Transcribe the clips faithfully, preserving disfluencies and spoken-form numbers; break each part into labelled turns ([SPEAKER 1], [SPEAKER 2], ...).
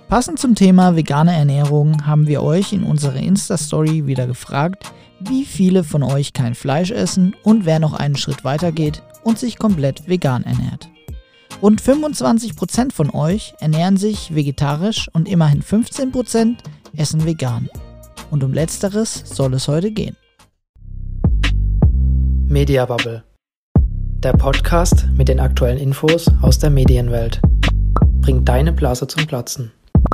[SPEAKER 1] Passend zum Thema vegane Ernährung haben wir euch in unserer Insta-Story wieder gefragt, wie viele von euch kein Fleisch essen und wer noch einen Schritt weiter geht und sich komplett vegan ernährt. Rund fünfundzwanzig Prozent von euch ernähren sich vegetarisch und immerhin fünfzehn Prozent essen vegan. Und um Letzteres soll es heute gehen.
[SPEAKER 2] Mediabubble. Der Podcast mit den aktuellen Infos aus der Medienwelt. Bringt deine Blase zum Platzen.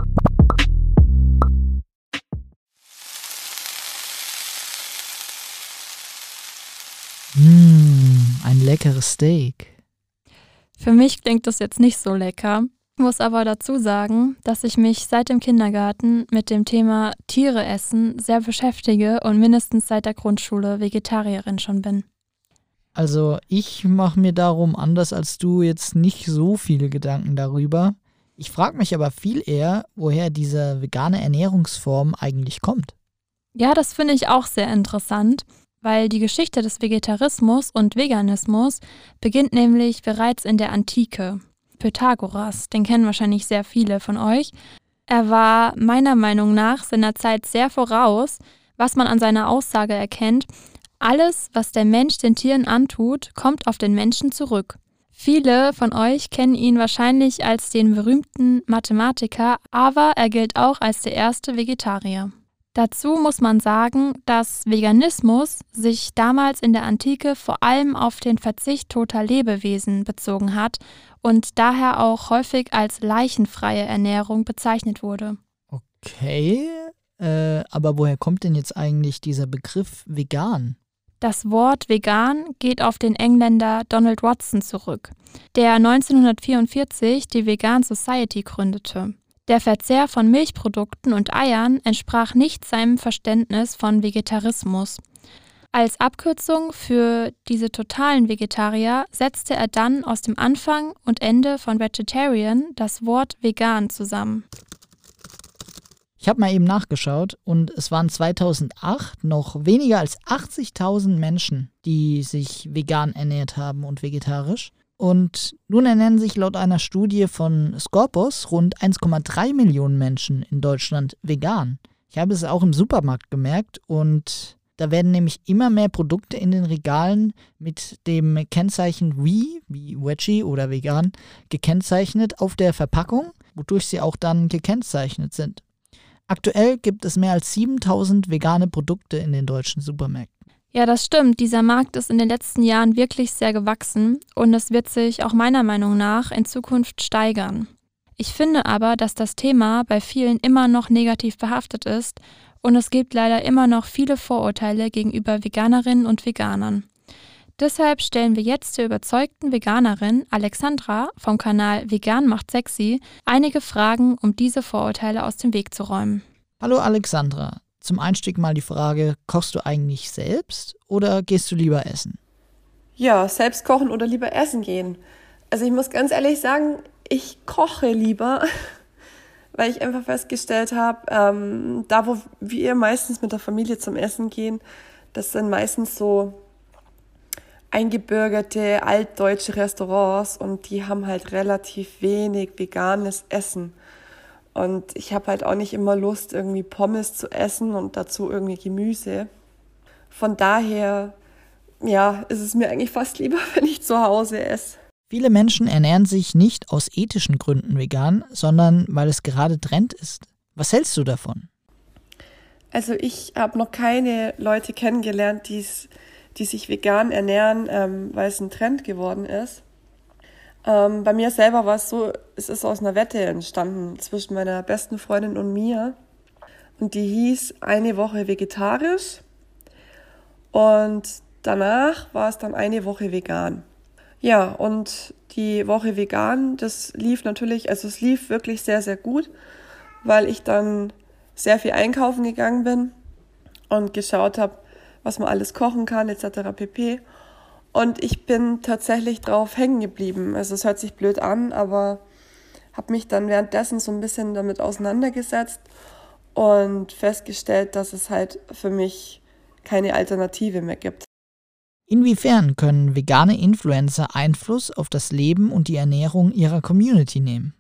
[SPEAKER 1] Mmh, ein leckeres Steak.
[SPEAKER 3] Für mich klingt das jetzt nicht so lecker. Ich muss aber dazu sagen, dass ich mich seit dem Kindergarten mit dem Thema Tiere essen sehr beschäftige und mindestens seit der Grundschule Vegetarierin schon bin.
[SPEAKER 1] Also ich mache mir darum, anders als du, jetzt nicht so viele Gedanken darüber. Ich frage mich aber viel eher, woher diese vegane Ernährungsform eigentlich kommt.
[SPEAKER 3] Ja, das finde ich auch sehr interessant, weil die Geschichte des Vegetarismus und Veganismus beginnt nämlich bereits in der Antike. Pythagoras, den kennen wahrscheinlich sehr viele von euch. Er war meiner Meinung nach seiner Zeit sehr voraus, was man an seiner Aussage erkennt: Alles, was der Mensch den Tieren antut, kommt auf den Menschen zurück. Viele von euch kennen ihn wahrscheinlich als den berühmten Mathematiker, aber er gilt auch als der erste Vegetarier. Dazu muss man sagen, dass Veganismus sich damals in der Antike vor allem auf den Verzicht toter Lebewesen bezogen hat und daher auch häufig als leichenfreie Ernährung bezeichnet wurde.
[SPEAKER 1] Okay, äh, aber woher kommt denn jetzt eigentlich dieser Begriff vegan?
[SPEAKER 3] Das Wort vegan geht auf den Engländer Donald Watson zurück, der neunzehnhundertvierundvierzig die Vegan Society gründete. Der Verzehr von Milchprodukten und Eiern entsprach nicht seinem Verständnis von Vegetarismus. Als Abkürzung für diese totalen Vegetarier setzte er dann aus dem Anfang und Ende von Vegetarian das Wort vegan zusammen.
[SPEAKER 1] Ich habe mal eben nachgeschaut und es waren zweitausendacht noch weniger als achtzigtausend Menschen, die sich vegan ernährt haben und vegetarisch. Und nun ernähren sich laut einer Studie von Scopus rund eins Komma drei Millionen Menschen in Deutschland vegan. Ich habe es auch im Supermarkt gemerkt und da werden nämlich immer mehr Produkte in den Regalen mit dem Kennzeichen V, wie Veggie oder vegan, gekennzeichnet auf der Verpackung, wodurch sie auch dann gekennzeichnet sind. Aktuell gibt es mehr als siebentausend vegane Produkte in den deutschen Supermärkten.
[SPEAKER 3] Ja, das stimmt. Dieser Markt ist in den letzten Jahren wirklich sehr gewachsen und es wird sich auch meiner Meinung nach in Zukunft steigern. Ich finde aber, dass das Thema bei vielen immer noch negativ behaftet ist und es gibt leider immer noch viele Vorurteile gegenüber Veganerinnen und Veganern. Deshalb stellen wir jetzt der überzeugten Veganerin Alexandra vom Kanal Vegan macht sexy einige Fragen, um diese Vorurteile aus dem Weg zu räumen.
[SPEAKER 1] Hallo Alexandra. Zum Einstieg mal die Frage, kochst du eigentlich selbst oder gehst du lieber essen?
[SPEAKER 4] Ja, selbst kochen oder lieber essen gehen. Also ich muss ganz ehrlich sagen, ich koche lieber, weil ich einfach festgestellt habe, ähm, da wo wir meistens mit der Familie zum Essen gehen, das sind meistens so eingebürgerte altdeutsche Restaurants und die haben halt relativ wenig veganes Essen. Und ich habe halt auch nicht immer Lust, irgendwie Pommes zu essen und dazu irgendwie Gemüse. Von daher, ja, ist es mir eigentlich fast lieber, wenn ich zu Hause esse.
[SPEAKER 1] Viele Menschen ernähren sich nicht aus ethischen Gründen vegan, sondern weil es gerade Trend ist. Was hältst du davon?
[SPEAKER 4] Also ich habe noch keine Leute kennengelernt, die's, die sich vegan ernähren, ähm, weil es ein Trend geworden ist. Ähm, bei mir selber war es so, es ist aus einer Wette entstanden zwischen meiner besten Freundin und mir. Und die hieß eine Woche vegetarisch und danach war es dann eine Woche vegan. Ja, und die Woche vegan, das lief natürlich, also es lief wirklich sehr, sehr gut, weil ich dann sehr viel einkaufen gegangen bin und geschaut habe, was man alles kochen kann et cetera pp. Und ich bin tatsächlich drauf hängen geblieben. Also es hört sich blöd an, aber habe mich dann währenddessen so ein bisschen damit auseinandergesetzt und festgestellt, dass es halt für mich keine Alternative mehr gibt.
[SPEAKER 1] Inwiefern können vegane Influencer Einfluss auf das Leben und die Ernährung ihrer Community nehmen?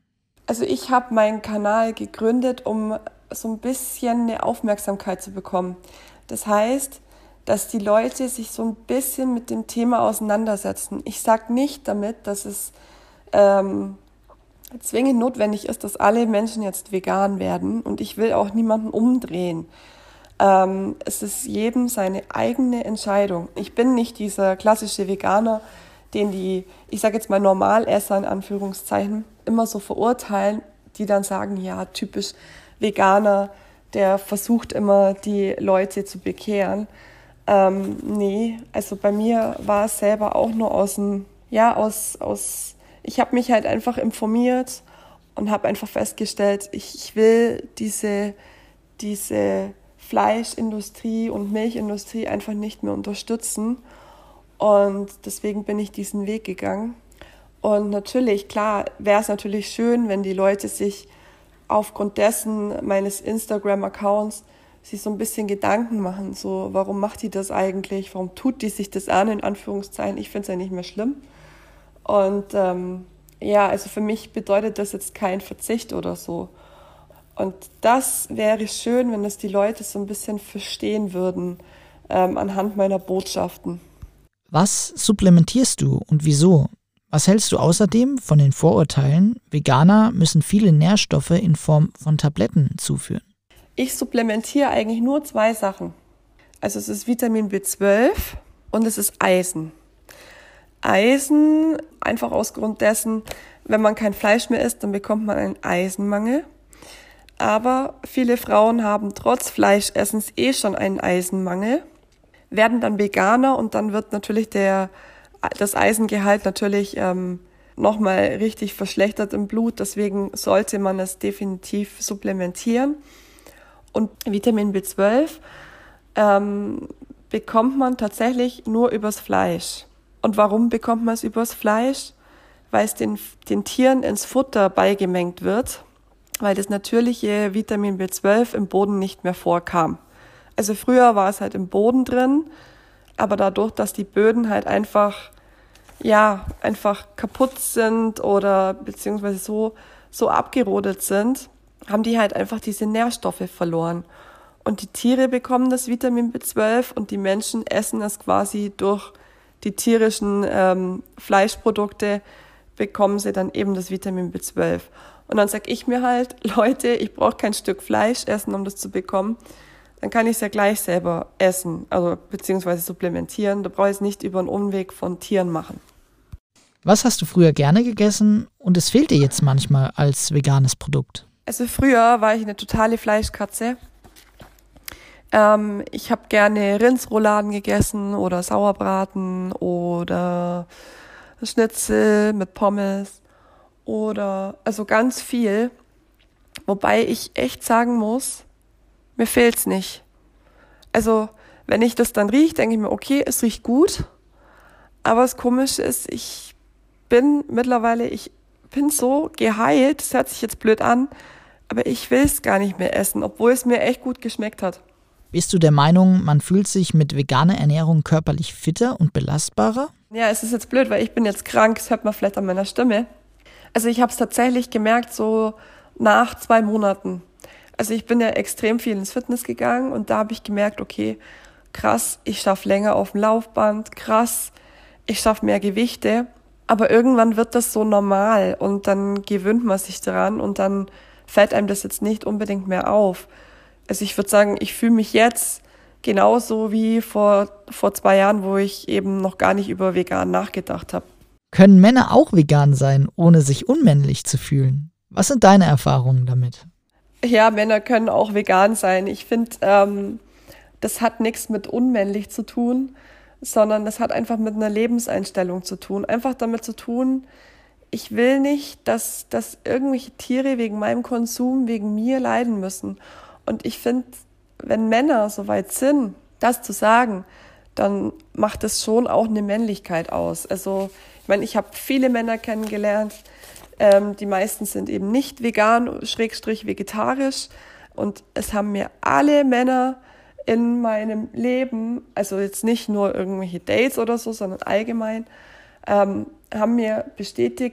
[SPEAKER 4] Also ich habe meinen Kanal gegründet, um so ein bisschen eine Aufmerksamkeit zu bekommen. Das heißt, dass die Leute sich so ein bisschen mit dem Thema auseinandersetzen. Ich sage nicht damit, dass es ähm, zwingend notwendig ist, dass alle Menschen jetzt vegan werden, und ich will auch niemanden umdrehen. Ähm, es ist jedem seine eigene Entscheidung. Ich bin nicht dieser klassische Veganer, den die, ich sage jetzt mal Normalesser in Anführungszeichen, immer so verurteilen, die dann sagen, ja, typisch Veganer, der versucht immer, die Leute zu bekehren. Ähm, nee, also bei mir war es selber auch nur aus dem, ja, aus, aus, ich habe mich halt einfach informiert und habe einfach festgestellt, ich, ich will diese, diese Fleischindustrie und Milchindustrie einfach nicht mehr unterstützen, und deswegen bin ich diesen Weg gegangen. Und natürlich, klar, wäre es natürlich schön, wenn die Leute sich aufgrund dessen meines Instagram-Accounts sich so ein bisschen Gedanken machen, so, warum macht die das eigentlich, warum tut die sich das an, in Anführungszeichen, ich finde es ja nicht mehr schlimm. Und ähm, ja, also für mich bedeutet das jetzt kein Verzicht oder so. Und das wäre schön, wenn das die Leute so ein bisschen verstehen würden, ähm, anhand meiner Botschaften.
[SPEAKER 1] Was supplementierst du und wieso? Was hältst du außerdem von den Vorurteilen, Veganer müssen viele Nährstoffe in Form von Tabletten zuführen?
[SPEAKER 4] Ich supplementiere eigentlich nur zwei Sachen. Also es ist Vitamin B zwölf und es ist Eisen. Eisen, einfach aus Grund dessen, wenn man kein Fleisch mehr isst, dann bekommt man einen Eisenmangel. Aber viele Frauen haben trotz Fleischessens eh schon einen Eisenmangel, werden dann Veganer, und dann wird natürlich der, das Eisengehalt natürlich ähm, nochmal richtig verschlechtert im Blut. Deswegen sollte man es definitiv supplementieren. Und Vitamin B zwölf ähm, bekommt man tatsächlich nur übers Fleisch. Und warum bekommt man es übers Fleisch? Weil es den, den Tieren ins Futter beigemengt wird, weil das natürliche Vitamin B zwölf im Boden nicht mehr vorkam. Also früher war es halt im Boden drin, aber dadurch, dass die Böden halt einfach, ja, einfach kaputt sind oder beziehungsweise so, so abgerodet sind, haben die halt einfach diese Nährstoffe verloren. Und die Tiere bekommen das Vitamin B zwölf und die Menschen essen es quasi durch die tierischen ähm, Fleischprodukte, bekommen sie dann eben das Vitamin B zwölf. Und dann sag ich mir halt, Leute, ich brauche kein Stück Fleisch essen, um das zu bekommen. Dann kann ich es ja gleich selber essen, also beziehungsweise supplementieren. Da brauche ich es nicht über einen Umweg von Tieren machen.
[SPEAKER 1] Was hast du früher gerne gegessen und es fehlt dir jetzt manchmal als veganes Produkt?
[SPEAKER 4] Also früher war ich eine totale Fleischkatze. Ähm, ich habe gerne Rindsrouladen gegessen oder Sauerbraten oder Schnitzel mit Pommes oder also ganz viel. Wobei ich echt sagen muss, mir fehlt's nicht. Also wenn ich das dann rieche, denke ich mir, okay, es riecht gut. Aber das Komische ist, ich bin mittlerweile, ich bin so geheilt, das hört sich jetzt blöd an, aber ich will es gar nicht mehr essen, obwohl es mir echt gut geschmeckt hat.
[SPEAKER 1] Bist du der Meinung, man fühlt sich mit veganer Ernährung körperlich fitter und belastbarer?
[SPEAKER 4] Ja, es ist jetzt blöd, weil ich bin jetzt krank, das hört man vielleicht an meiner Stimme. Also ich habe es tatsächlich gemerkt, so nach zwei Monaten. Also ich bin ja extrem viel ins Fitness gegangen und da habe ich gemerkt, okay, krass, ich schaffe länger auf dem Laufband, krass, ich schaffe mehr Gewichte. Aber irgendwann wird das so normal und dann gewöhnt man sich daran und dann fällt einem das jetzt nicht unbedingt mehr auf. Also ich würde sagen, ich fühle mich jetzt genauso wie vor, vor zwei Jahren, wo ich eben noch gar nicht über vegan nachgedacht habe.
[SPEAKER 1] Können Männer auch vegan sein, ohne sich unmännlich zu fühlen? Was sind deine Erfahrungen damit?
[SPEAKER 4] Ja, Männer können auch vegan sein. Ich finde, ähm, das hat nichts mit unmännlich zu tun, sondern das hat einfach mit einer Lebenseinstellung zu tun. Einfach damit zu tun, ich will nicht, dass, dass irgendwelche Tiere wegen meinem Konsum, wegen mir leiden müssen. Und ich finde, wenn Männer so weit sind, das zu sagen, dann macht es schon auch eine Männlichkeit aus. Also ich meine, ich habe viele Männer kennengelernt, ähm, die meisten sind eben nicht vegan, schrägstrich vegetarisch. Und es haben mir alle Männer in meinem Leben, also jetzt nicht nur irgendwelche Dates oder so, sondern allgemein, ähm, haben mir bestätigt,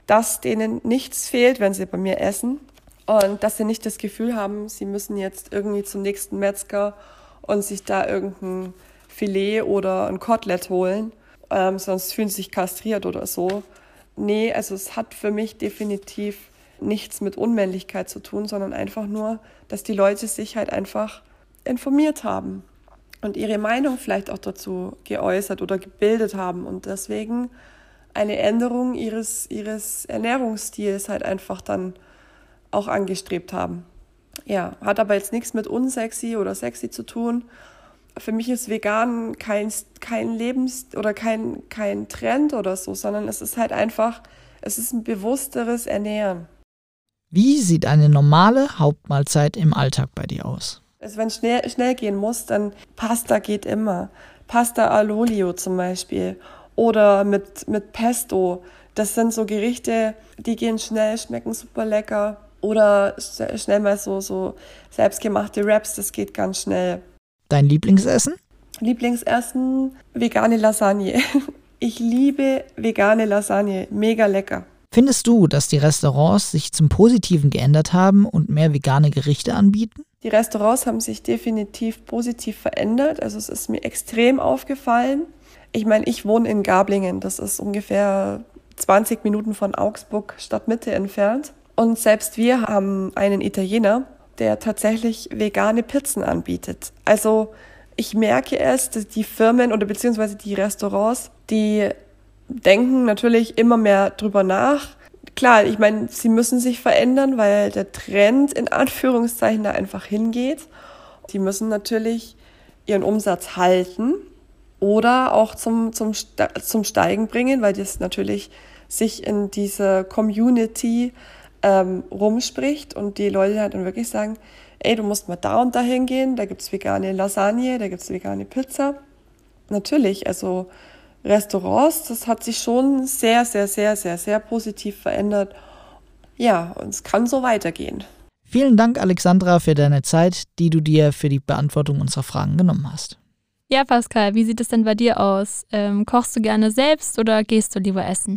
[SPEAKER 4] dass denen nichts fehlt, wenn sie bei mir essen und dass sie nicht das Gefühl haben, sie müssen jetzt irgendwie zum nächsten Metzger und sich da irgendein Filet oder ein Kotelett holen, ähm, sonst fühlen sie sich kastriert oder so. Nee, also es hat für mich definitiv nichts mit Unmännlichkeit zu tun, sondern einfach nur, dass die Leute sich halt einfach informiert haben und ihre Meinung vielleicht auch dazu geäußert oder gebildet haben und deswegen eine Änderung ihres, ihres Ernährungsstils halt einfach dann auch angestrebt haben. Ja, hat aber jetzt nichts mit unsexy oder sexy zu tun. Für mich ist vegan kein, kein Lebens- oder kein, kein Trend oder so, sondern es ist halt einfach, es ist ein bewussteres Ernähren.
[SPEAKER 1] Wie sieht eine normale Hauptmahlzeit im Alltag bei dir aus?
[SPEAKER 4] Also wenn es schnell, schnell gehen muss, dann Pasta geht immer. Pasta all'olio zum Beispiel oder mit, mit Pesto. Das sind so Gerichte, die gehen schnell, schmecken super lecker. Oder schnell mal so, so selbstgemachte Wraps, das geht ganz schnell.
[SPEAKER 1] Dein Lieblingsessen?
[SPEAKER 4] Lieblingsessen, vegane Lasagne. Ich liebe vegane Lasagne, mega lecker.
[SPEAKER 1] Findest du, dass die Restaurants sich zum Positiven geändert haben und mehr vegane Gerichte anbieten?
[SPEAKER 4] Die Restaurants haben sich definitiv positiv verändert. Also es ist mir extrem aufgefallen. Ich meine, ich wohne in Gablingen. Das ist ungefähr zwanzig Minuten von Augsburg Stadtmitte entfernt. Und selbst wir haben einen Italiener, der tatsächlich vegane Pizzen anbietet. Also ich merke es, dass die Firmen oder beziehungsweise die Restaurants, die denken natürlich immer mehr drüber nach. Klar, ich meine, sie müssen sich verändern, weil der Trend in Anführungszeichen da einfach hingeht. Die müssen natürlich ihren Umsatz halten oder auch zum, zum, zum Steigen bringen, weil das natürlich sich in dieser Community ähm, rumspricht und die Leute halt dann wirklich sagen, ey, du musst mal da und da hingehen, da gibt's vegane Lasagne, da gibt's vegane Pizza. Natürlich, also Restaurants, das hat sich schon sehr, sehr, sehr, sehr, sehr positiv verändert. Ja, und es kann so weitergehen.
[SPEAKER 1] Vielen Dank, Alexandra, für deine Zeit, die du dir für die Beantwortung unserer Fragen genommen hast.
[SPEAKER 3] Ja, Pascal, wie sieht es denn bei dir aus? Ähm, kochst du gerne selbst oder gehst du lieber essen?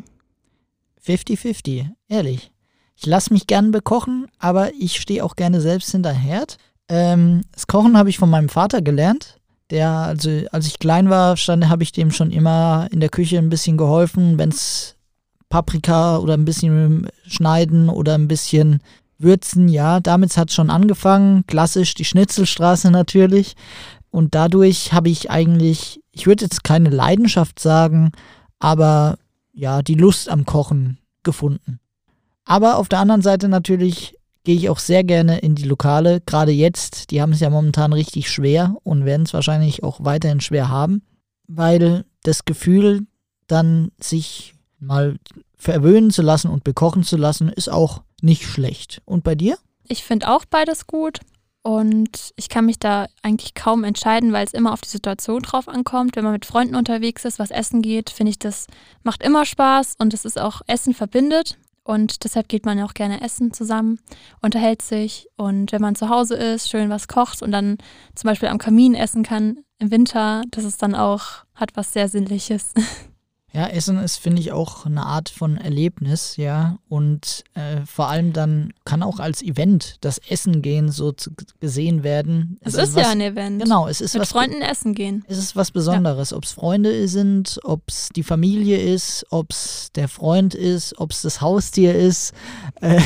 [SPEAKER 1] fünfzig fünfzig, ehrlich. Ich lasse mich gern bekochen, aber ich stehe auch gerne selbst hinter Herd. Ähm, das Kochen habe ich von meinem Vater gelernt. Der, also als ich klein war, stand, habe ich dem schon immer in der Küche ein bisschen geholfen, wenn es Paprika oder ein bisschen schneiden oder ein bisschen würzen. Ja, damit hat es schon angefangen. Klassisch die Schnitzelstraße natürlich. Und dadurch habe ich eigentlich, ich würde jetzt keine Leidenschaft sagen, aber ja, die Lust am Kochen gefunden. Aber auf der anderen Seite natürlich gehe ich auch sehr gerne in die Lokale. Gerade jetzt, die haben es ja momentan richtig schwer und werden es wahrscheinlich auch weiterhin schwer haben, weil das Gefühl, dann sich mal verwöhnen zu lassen und bekochen zu lassen, ist auch nicht schlecht. Und bei dir?
[SPEAKER 3] Ich finde auch beides gut und ich kann mich da eigentlich kaum entscheiden, weil es immer auf die Situation drauf ankommt. Wenn man mit Freunden unterwegs ist, was essen geht, finde ich, das macht immer Spaß und es ist auch, Essen verbindet. Und deshalb geht man ja auch gerne essen zusammen, unterhält sich. Und wenn man zu Hause ist, schön was kocht und dann zum Beispiel am Kamin essen kann im Winter, das ist dann auch, hat was sehr Sinnliches.
[SPEAKER 1] Ja, Essen ist, finde ich, auch eine Art von Erlebnis, ja. Und äh, vor allem dann kann auch als Event das Essen gehen so zu, gesehen werden.
[SPEAKER 3] Es, es ist, ist was, ja ein Event.
[SPEAKER 1] Genau, es ist
[SPEAKER 3] mit
[SPEAKER 1] was.
[SPEAKER 3] Mit Freunden essen gehen.
[SPEAKER 1] Es ist was Besonderes, ja. Ob es Freunde sind, ob es die Familie ist, ob es der Freund ist, ob es das Haustier ist. Äh,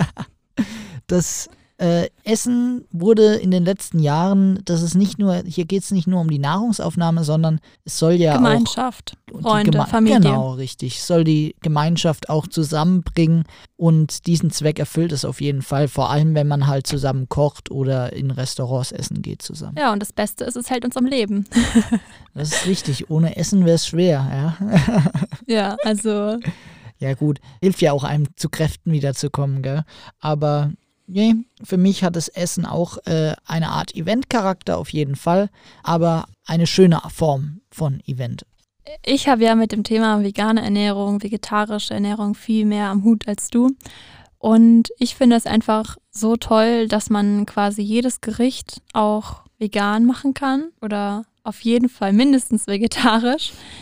[SPEAKER 1] das Äh, Essen wurde in den letzten Jahren, das ist nicht nur, hier geht es nicht nur um die Nahrungsaufnahme, sondern es soll ja
[SPEAKER 3] Gemeinschaft,
[SPEAKER 1] auch
[SPEAKER 3] Freunde,
[SPEAKER 1] Geme-
[SPEAKER 3] Familie.
[SPEAKER 1] Genau, richtig. Es soll die Gemeinschaft auch zusammenbringen und diesen Zweck erfüllt es auf jeden Fall, vor allem wenn man halt zusammen kocht oder in Restaurants essen geht zusammen.
[SPEAKER 3] Ja, und das Beste ist, es hält uns am Leben.
[SPEAKER 1] Das ist richtig, ohne Essen wäre es schwer, ja.
[SPEAKER 3] Ja, also.
[SPEAKER 1] Ja gut, hilft ja auch einem zu Kräften wiederzukommen, gell, aber nee, für mich hat das Essen auch äh, eine Art Event-Charakter auf jeden Fall, aber eine schöne Form von Event.
[SPEAKER 3] Ich habe ja mit dem Thema vegane Ernährung, vegetarische Ernährung viel mehr am Hut als du. Und ich finde es einfach so toll, dass man quasi jedes Gericht auch vegan machen kann oder auf jeden Fall mindestens vegetarisch.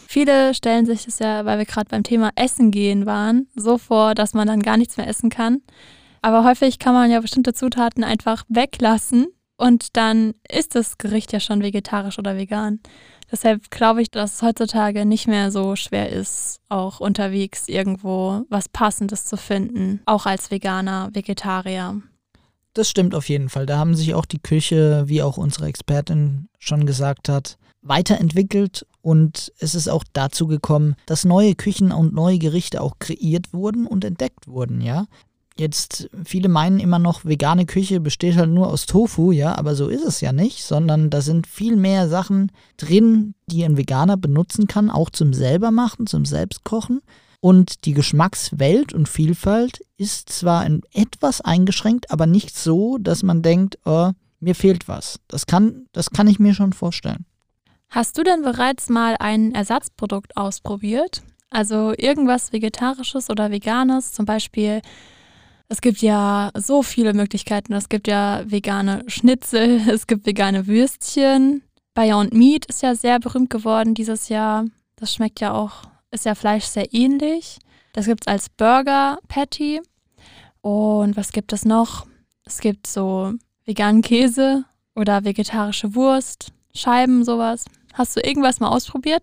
[SPEAKER 3] Viele stellen sich das ja, weil wir gerade beim Thema Essen gehen waren, so vor, dass man dann gar nichts mehr essen kann. Aber häufig kann man ja bestimmte Zutaten einfach weglassen und dann ist das Gericht ja schon vegetarisch oder vegan. Deshalb glaube ich, dass es heutzutage nicht mehr so schwer ist, auch unterwegs irgendwo was Passendes zu finden, auch als Veganer, Vegetarier.
[SPEAKER 1] Das stimmt auf jeden Fall. Da haben sich auch die Küche, wie auch unsere Expertin schon gesagt hat, weiterentwickelt und es ist auch dazu gekommen, dass neue Küchen und neue Gerichte auch kreiert wurden und entdeckt wurden, ja. Jetzt, viele meinen immer noch, vegane Küche besteht halt nur aus Tofu, ja, aber so ist es ja nicht, sondern da sind viel mehr Sachen drin, die ein Veganer benutzen kann, auch zum Selbermachen, zum Selbstkochen. Und die Geschmackswelt und Vielfalt ist zwar in etwas eingeschränkt, aber nicht so, dass man denkt, oh, mir fehlt was. Das kann, das kann ich mir schon vorstellen.
[SPEAKER 3] Hast du denn bereits mal ein Ersatzprodukt ausprobiert? Also irgendwas Vegetarisches oder Veganes, zum Beispiel, es gibt ja so viele Möglichkeiten. Es gibt ja vegane Schnitzel, es gibt vegane Würstchen. Beyond Meat ist ja sehr berühmt geworden dieses Jahr. Das schmeckt ja auch, ist ja Fleisch sehr ähnlich. Das gibt es als Burger Patty. Und was gibt es noch? Es gibt so veganen Käse oder vegetarische Wurst, Scheiben, sowas. Hast du irgendwas mal ausprobiert?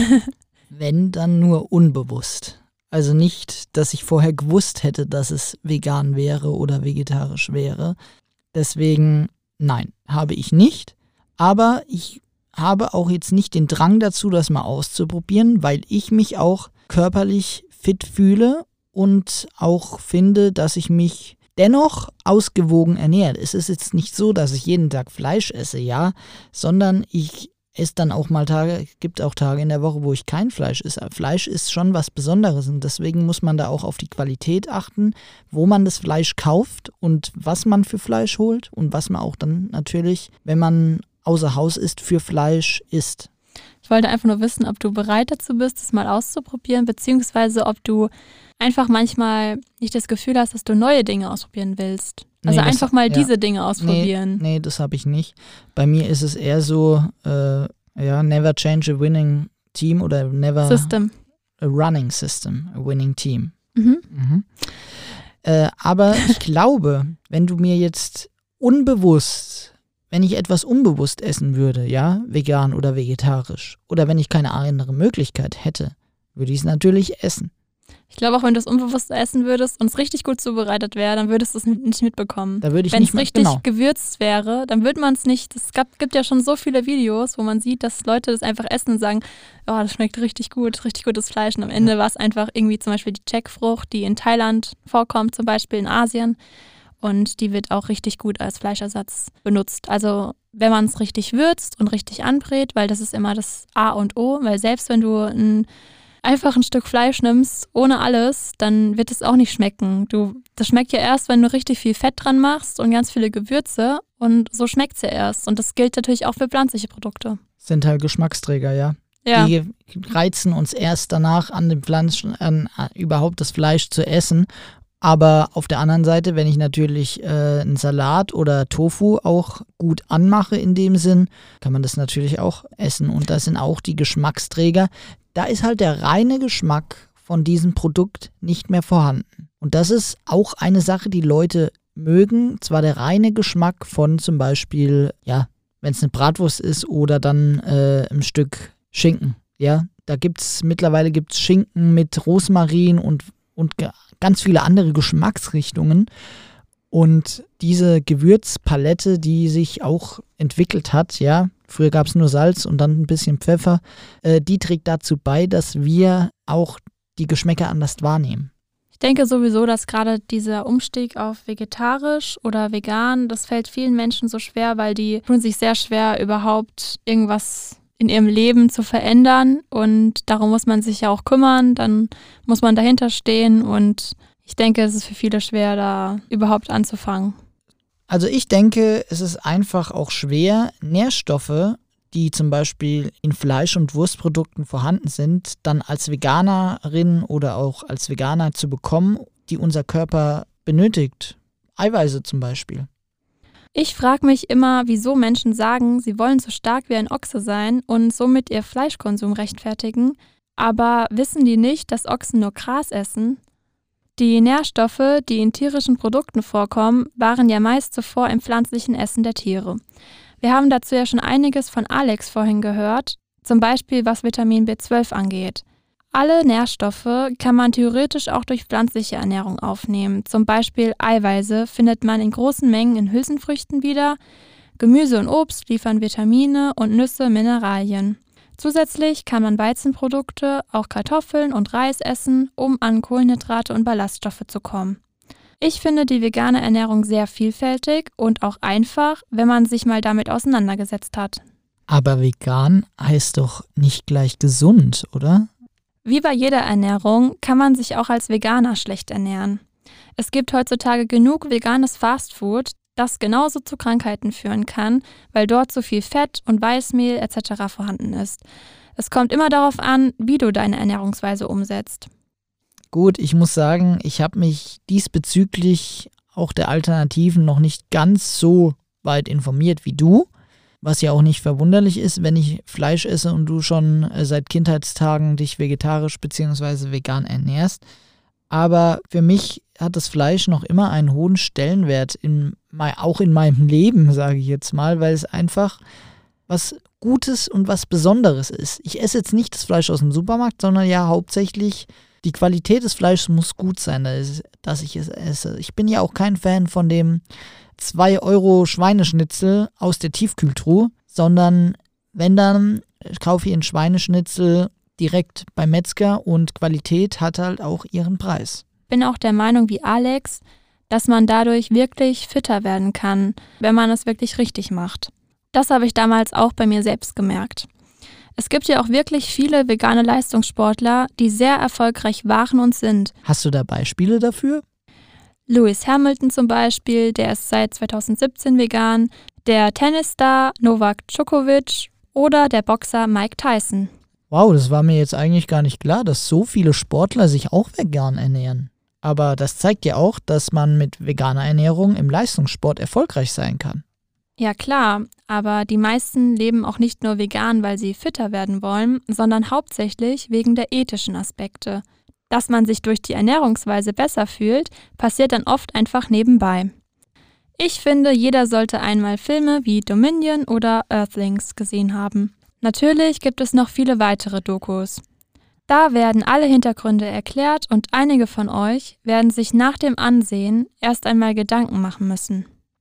[SPEAKER 1] Wenn, dann nur unbewusst. Also nicht, dass ich vorher gewusst hätte, dass es vegan wäre oder vegetarisch wäre. Deswegen, nein, habe ich nicht. Aber ich habe auch jetzt nicht den Drang dazu, das mal auszuprobieren, weil ich mich auch körperlich fit fühle und auch finde, dass ich mich dennoch ausgewogen ernähre. Es ist jetzt nicht so, dass ich jeden Tag Fleisch esse, ja, sondern ich esse dann auch mal Tage, gibt auch Tage in der Woche, wo ich kein Fleisch esse. Fleisch ist schon was Besonderes und deswegen muss man da auch auf die Qualität achten, wo man das Fleisch kauft und was man für Fleisch holt und was man auch dann natürlich, wenn man außer Haus ist, für Fleisch isst.
[SPEAKER 3] Ich wollte einfach nur wissen, ob du bereit dazu bist, das mal auszuprobieren, beziehungsweise ob du einfach manchmal nicht das Gefühl hast, dass du neue Dinge ausprobieren willst. Also nee, einfach das, mal ja. diese Dinge ausprobieren.
[SPEAKER 1] Nee, nee, das habe ich nicht. Bei mir ist es eher so, äh, ja, never change a winning team oder never
[SPEAKER 3] system.
[SPEAKER 1] a running system, a winning team.
[SPEAKER 3] Mhm.
[SPEAKER 1] Mhm. Äh, aber ich glaube, wenn du mir jetzt unbewusst, wenn ich etwas unbewusst essen würde, ja, vegan oder vegetarisch, oder wenn ich keine andere Möglichkeit hätte, würde ich es natürlich essen.
[SPEAKER 3] Ich glaube auch, wenn du es unbewusst essen würdest und es richtig gut zubereitet wäre, dann würdest du es nicht mitbekommen.
[SPEAKER 1] Da würde ich
[SPEAKER 3] wenn
[SPEAKER 1] nicht
[SPEAKER 3] es richtig genau. gewürzt wäre, dann würde man es nicht, es gab, gibt ja schon so viele Videos, wo man sieht, dass Leute das einfach essen und sagen, oh, das schmeckt richtig gut, richtig gutes Fleisch. Und am Ende ja. war es einfach irgendwie zum Beispiel die Jackfrucht, die in Thailand vorkommt, zum Beispiel in Asien. Und die wird auch richtig gut als Fleischersatz benutzt. Also wenn man es richtig würzt und richtig anbrät, weil das ist immer das A und O, weil selbst wenn du ein einfach ein Stück Fleisch nimmst, ohne alles, dann wird es auch nicht schmecken. Du, das schmeckt ja erst, wenn du richtig viel Fett dran machst und ganz viele Gewürze und so schmeckt es ja erst. Und das gilt natürlich auch für pflanzliche Produkte.
[SPEAKER 1] Sind halt Geschmacksträger, ja.
[SPEAKER 3] Ja.
[SPEAKER 1] Die reizen uns erst danach an den Pflanzen, an, an überhaupt das Fleisch zu essen. Aber auf der anderen Seite, wenn ich natürlich äh, einen Salat oder Tofu auch gut anmache in dem Sinn, kann man das natürlich auch essen. Und das sind auch die Geschmacksträger. Da ist halt der reine Geschmack von diesem Produkt nicht mehr vorhanden. Und das ist auch eine Sache, die Leute mögen. Zwar der reine Geschmack von zum Beispiel, ja, wenn es eine Bratwurst ist oder dann äh, ein Stück Schinken. Ja, da gibt's mittlerweile gibt's Schinken mit Rosmarin und, und ganz viele andere Geschmacksrichtungen. Und diese Gewürzpalette, die sich auch entwickelt hat, ja, früher gab es nur Salz und dann ein bisschen Pfeffer, äh, die trägt dazu bei, dass wir auch die Geschmäcker anders wahrnehmen.
[SPEAKER 3] Ich denke sowieso, dass gerade dieser Umstieg auf vegetarisch oder vegan, das fällt vielen Menschen so schwer, weil die tun sich sehr schwer, überhaupt irgendwas in ihrem Leben zu verändern. Und darum muss man sich ja auch kümmern, dann muss man dahinter stehen und ich denke, es ist für viele schwer, da überhaupt anzufangen.
[SPEAKER 1] Also ich denke, es ist einfach auch schwer, Nährstoffe, die zum Beispiel in Fleisch- und Wurstprodukten vorhanden sind, dann als Veganerin oder auch als Veganer zu bekommen, die unser Körper benötigt. Eiweiße zum Beispiel.
[SPEAKER 3] Ich frage mich immer, wieso Menschen sagen, sie wollen so stark wie ein Ochse sein und somit ihr Fleischkonsum rechtfertigen, aber wissen die nicht, dass Ochsen nur Gras essen? Die Nährstoffe, die in tierischen Produkten vorkommen, waren ja meist zuvor im pflanzlichen Essen der Tiere. Wir haben dazu ja schon einiges von Alex vorhin gehört, zum Beispiel was Vitamin B zwölf angeht. Alle Nährstoffe kann man theoretisch auch durch pflanzliche Ernährung aufnehmen. Zum Beispiel Eiweiße findet man in großen Mengen in Hülsenfrüchten wieder. Gemüse und Obst liefern Vitamine und Nüsse Mineralien. Zusätzlich kann man Weizenprodukte, auch Kartoffeln und Reis essen, um an Kohlenhydrate und Ballaststoffe zu kommen. Ich finde die vegane Ernährung sehr vielfältig und auch einfach, wenn man sich mal damit auseinandergesetzt hat.
[SPEAKER 1] Aber vegan heißt doch nicht gleich gesund, oder?
[SPEAKER 3] Wie bei jeder Ernährung kann man sich auch als Veganer schlecht ernähren. Es gibt heutzutage genug veganes Fastfood, das genauso zu Krankheiten führen kann, weil dort so viel Fett und Weißmehl et cetera vorhanden ist. Es kommt immer darauf an, wie du deine Ernährungsweise umsetzt.
[SPEAKER 1] Gut, ich muss sagen, ich habe mich diesbezüglich auch der Alternativen noch nicht ganz so weit informiert wie du. Was ja auch nicht verwunderlich ist, wenn ich Fleisch esse und du schon äh, seit Kindheitstagen dich vegetarisch bzw. vegan ernährst. Aber für mich hat das Fleisch noch immer einen hohen Stellenwert, in, auch in meinem Leben, sage ich jetzt mal, weil es einfach was Gutes und was Besonderes ist. Ich esse jetzt nicht das Fleisch aus dem Supermarkt, sondern ja hauptsächlich die Qualität des Fleisches muss gut sein, dass ich es esse. Ich bin ja auch kein Fan von dem zwei Euro Schweineschnitzel aus der Tiefkühltruhe, sondern wenn dann, kaufe ich einen Schweineschnitzel direkt beim Metzger und Qualität hat halt auch ihren Preis.
[SPEAKER 3] Bin auch der Meinung wie Alex, dass man dadurch wirklich fitter werden kann, wenn man es wirklich richtig macht. Das habe ich damals auch bei mir selbst gemerkt. Es gibt ja auch wirklich viele vegane Leistungssportler, die sehr erfolgreich waren und sind.
[SPEAKER 1] Hast du da Beispiele dafür?
[SPEAKER 3] Lewis Hamilton zum Beispiel, der ist seit zweitausendsiebzehn vegan, der Tennisstar Novak Djokovic oder der Boxer Mike Tyson.
[SPEAKER 1] Wow, das war mir jetzt eigentlich gar nicht klar, dass so viele Sportler sich auch vegan ernähren. Aber das zeigt ja auch, dass man mit veganer Ernährung im Leistungssport erfolgreich sein kann.
[SPEAKER 3] Ja klar, aber die meisten leben auch nicht nur vegan, weil sie fitter werden wollen, sondern hauptsächlich wegen der ethischen Aspekte. Dass man sich durch die Ernährungsweise besser fühlt, passiert dann oft einfach nebenbei. Ich finde, jeder sollte einmal Filme wie Dominion oder Earthlings gesehen haben. Natürlich gibt es noch viele weitere Dokus. Da werden alle Hintergründe erklärt und einige von euch werden sich nach dem Ansehen erst einmal Gedanken machen müssen.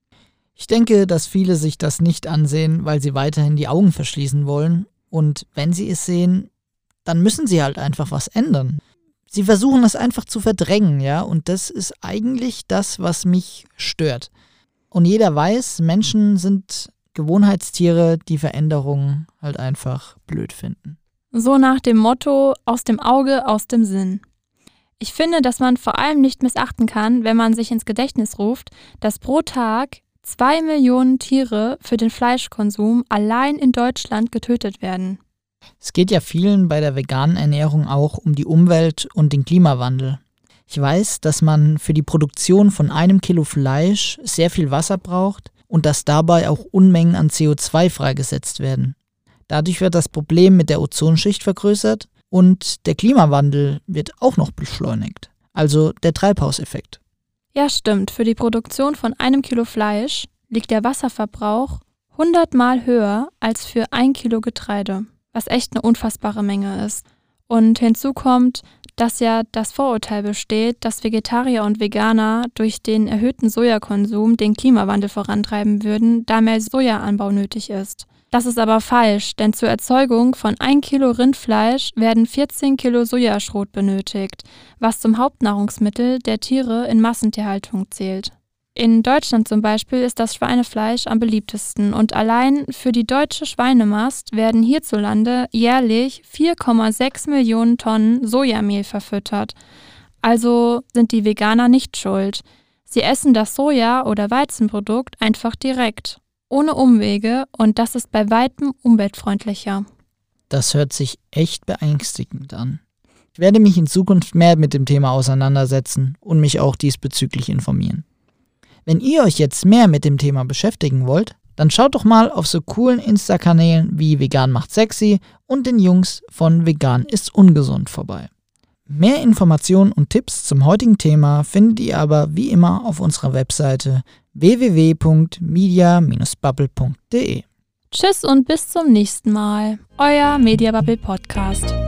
[SPEAKER 1] Ich denke, dass viele sich das nicht ansehen, weil sie weiterhin die Augen verschließen wollen. Und wenn sie es sehen, dann müssen sie halt einfach was ändern. Sie versuchen es einfach zu verdrängen, ja, und das ist eigentlich das, was mich stört. Und jeder weiß, Menschen sind Gewohnheitstiere, die Veränderungen halt einfach blöd finden.
[SPEAKER 3] So nach dem Motto, aus dem Auge, aus dem Sinn. Ich finde, dass man vor allem nicht missachten kann, wenn man sich ins Gedächtnis ruft, dass pro Tag zwei Millionen Tiere für den Fleischkonsum allein in Deutschland getötet werden.
[SPEAKER 1] Es geht ja vielen bei der veganen Ernährung auch um die Umwelt und den Klimawandel. Ich weiß, dass man für die Produktion von einem Kilo Fleisch sehr viel Wasser braucht und dass dabei auch Unmengen an C O zwei freigesetzt werden. Dadurch wird das Problem mit der Ozonschicht vergrößert und der Klimawandel wird auch noch beschleunigt, also der Treibhauseffekt.
[SPEAKER 3] Ja, stimmt. Für die Produktion von einem Kilo Fleisch liegt der Wasserverbrauch hundertmal höher als für ein Kilo Getreide, was echt eine unfassbare Menge ist. Und hinzu kommt, dass ja das Vorurteil besteht, dass Vegetarier und Veganer durch den erhöhten Sojakonsum den Klimawandel vorantreiben würden, da mehr Sojaanbau nötig ist. Das ist aber falsch, denn zur Erzeugung von ein Kilo Rindfleisch werden vierzehn Kilo Sojaschrot benötigt, was zum Hauptnahrungsmittel der Tiere in Massentierhaltung zählt. In Deutschland zum Beispiel ist das Schweinefleisch am beliebtesten und allein für die deutsche Schweinemast werden hierzulande jährlich vier Komma sechs Millionen Tonnen Sojamehl verfüttert. Also sind die Veganer nicht schuld. Sie essen das Soja- oder Weizenprodukt einfach direkt, ohne Umwege, und das ist bei weitem umweltfreundlicher.
[SPEAKER 1] Das hört sich echt beängstigend an. Ich werde mich in Zukunft mehr mit dem Thema auseinandersetzen und mich auch diesbezüglich informieren. Wenn ihr euch jetzt mehr mit dem Thema beschäftigen wollt, dann schaut doch mal auf so coolen Insta-Kanälen wie Vegan macht sexy und den Jungs von Vegan ist ungesund vorbei. Mehr Informationen und Tipps zum heutigen Thema findet ihr aber wie immer auf unserer Webseite w w w punkt media Bindestrich bubble punkt d e.
[SPEAKER 3] Tschüss und bis zum nächsten Mal. Euer Media Bubble Podcast.